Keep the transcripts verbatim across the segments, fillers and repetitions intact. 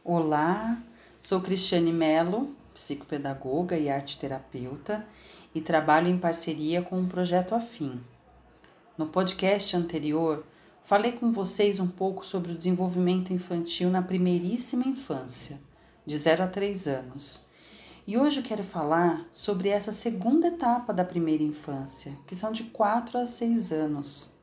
Olá, sou Cristiane Mello, psicopedagoga e arteterapeuta e trabalho em parceria com o Projeto Afim. No podcast anterior, falei com vocês um pouco sobre o desenvolvimento infantil na primeiríssima infância, de zero a três anos. E hoje eu quero falar sobre essa segunda etapa da primeira infância, que são de quatro a seis anos.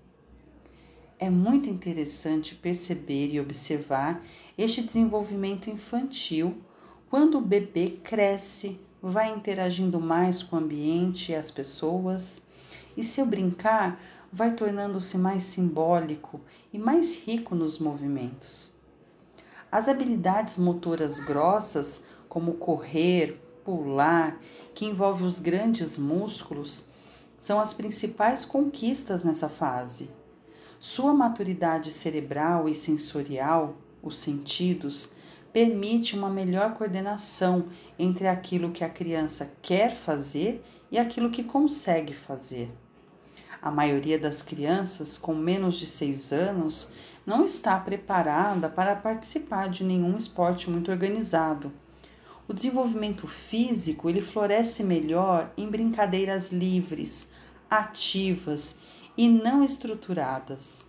É muito interessante perceber e observar este desenvolvimento infantil quando o bebê cresce, vai interagindo mais com o ambiente e as pessoas, e seu brincar vai tornando-se mais simbólico e mais rico nos movimentos. As habilidades motoras grossas, como correr, pular, que envolve os grandes músculos, são as principais conquistas nessa fase. Sua maturidade cerebral e sensorial, os sentidos, permite uma melhor coordenação entre aquilo que a criança quer fazer e aquilo que consegue fazer. A maioria das crianças com menos de seis anos não está preparada para participar de nenhum esporte muito organizado. O desenvolvimento físico ele floresce melhor em brincadeiras livres, ativas e não estruturadas.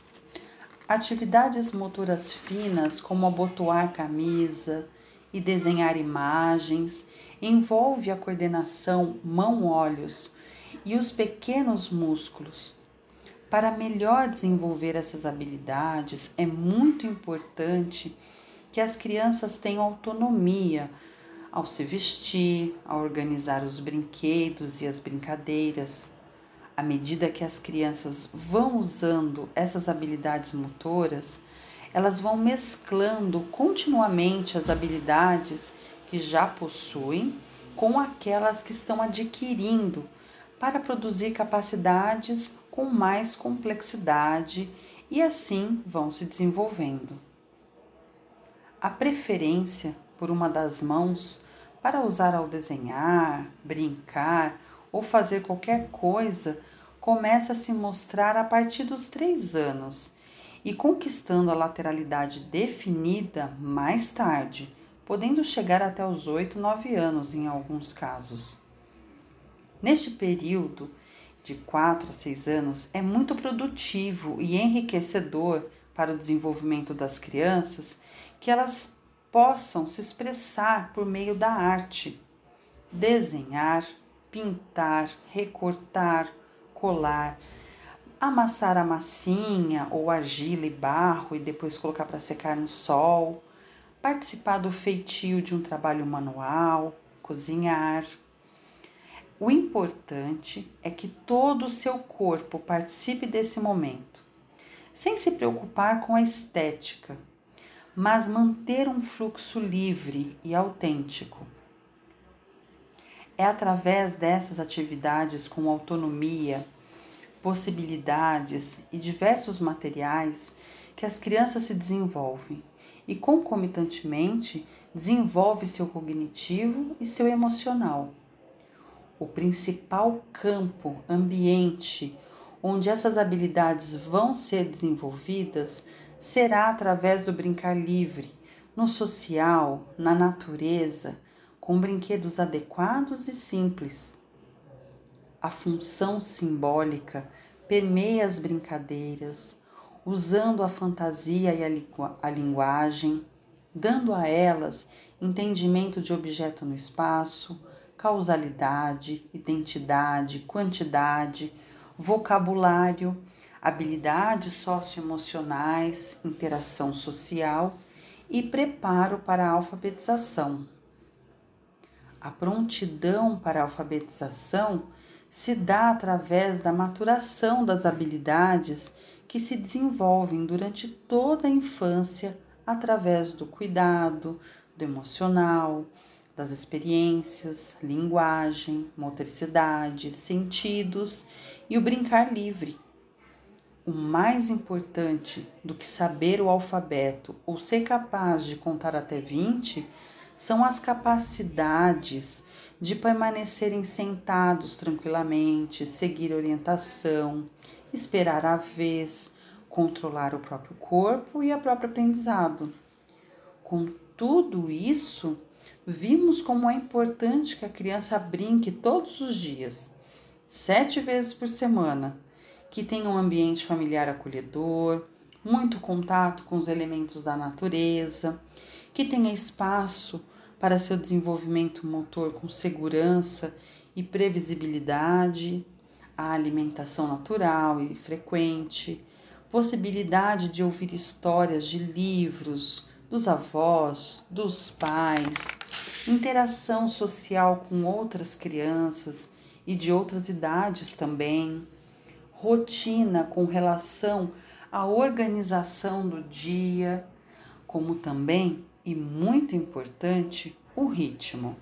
Atividades motoras finas, como abotoar camisa e desenhar imagens, envolve a coordenação mão-olhos e os pequenos músculos. Para melhor desenvolver essas habilidades, é muito importante que as crianças tenham autonomia ao se vestir, ao organizar os brinquedos e as brincadeiras. À medida que as crianças vão usando essas habilidades motoras, elas vão mesclando continuamente as habilidades que já possuem com aquelas que estão adquirindo para produzir capacidades com mais complexidade e assim vão se desenvolvendo. A preferência por uma das mãos para usar ao desenhar, brincar ou fazer qualquer coisa começa a se mostrar a partir dos três anos e conquistando a lateralidade definida mais tarde, podendo chegar até os oito, nove anos em alguns casos. Neste período de quatro a seis anos é muito produtivo e enriquecedor para o desenvolvimento das crianças que elas possam se expressar por meio da arte, desenhar, pintar, recortar, colar, amassar a massinha ou argila e barro e depois colocar para secar no sol, participar do feitio de um trabalho manual, cozinhar. O importante é que todo o seu corpo participe desse momento, sem se preocupar com a estética, mas manter um fluxo livre e autêntico. É através dessas atividades com autonomia, possibilidades e diversos materiais que as crianças se desenvolvem e, concomitantemente, desenvolve seu cognitivo e seu emocional. O principal campo, ambiente, onde essas habilidades vão ser desenvolvidas será através do brincar livre, no social, na natureza, com brinquedos adequados e simples. A função simbólica permeia as brincadeiras, usando a fantasia e a, lingu- a linguagem, dando a elas entendimento de objeto no espaço, causalidade, identidade, quantidade, vocabulário, habilidades socioemocionais, interação social e preparo para a alfabetização. A prontidão para a alfabetização se dá através da maturação das habilidades que se desenvolvem durante toda a infância através do cuidado, do emocional, das experiências, linguagem, motricidade, sentidos e o brincar livre. O mais importante do que saber o alfabeto ou ser capaz de contar até vinte são as capacidades de permanecerem sentados tranquilamente, seguir orientação, esperar a vez, controlar o próprio corpo e a própria aprendizado. Com tudo isso, vimos como é importante que a criança brinque todos os dias, sete vezes por semana, que tenha um ambiente familiar acolhedor, muito contato com os elementos da natureza, que tenha espaço para seu desenvolvimento motor com segurança e previsibilidade, a alimentação natural e frequente, possibilidade de ouvir histórias de livros, dos avós, dos pais, interação social com outras crianças e de outras idades também, rotina com relação à organização do dia, como também, e muito importante, o ritmo.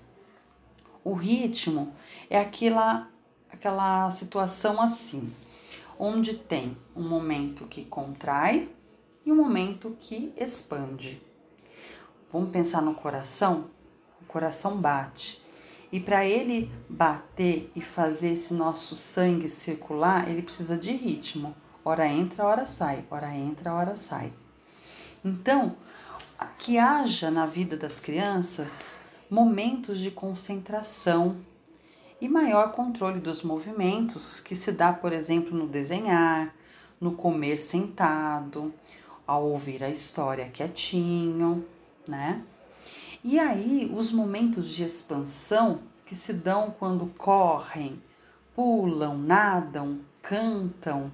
O ritmo é aquela, aquela situação assim, onde tem um momento que contrai e um momento que expande. Vamos pensar no coração? O coração bate. E para ele bater e fazer esse nosso sangue circular, ele precisa de ritmo. Hora entra, hora sai. Hora entra, hora sai. Então, que haja na vida das crianças momentos de concentração e maior controle dos movimentos, que se dá, por exemplo, no desenhar, no comer sentado, ao ouvir a história quietinho, né? E aí, os momentos de expansão que se dão quando correm, pulam, nadam, cantam,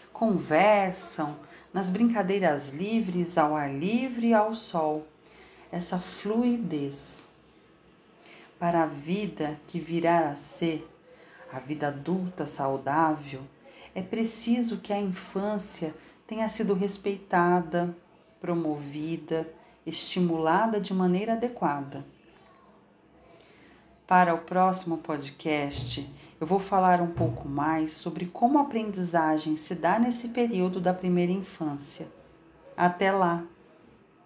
conversam, nas brincadeiras livres, ao ar livre e ao sol. Essa fluidez para a vida que virá a ser, a vida adulta saudável, é preciso que a infância tenha sido respeitada, promovida, estimulada de maneira adequada. Para o próximo podcast, eu vou falar um pouco mais sobre como a aprendizagem se dá nesse período da primeira infância. Até lá!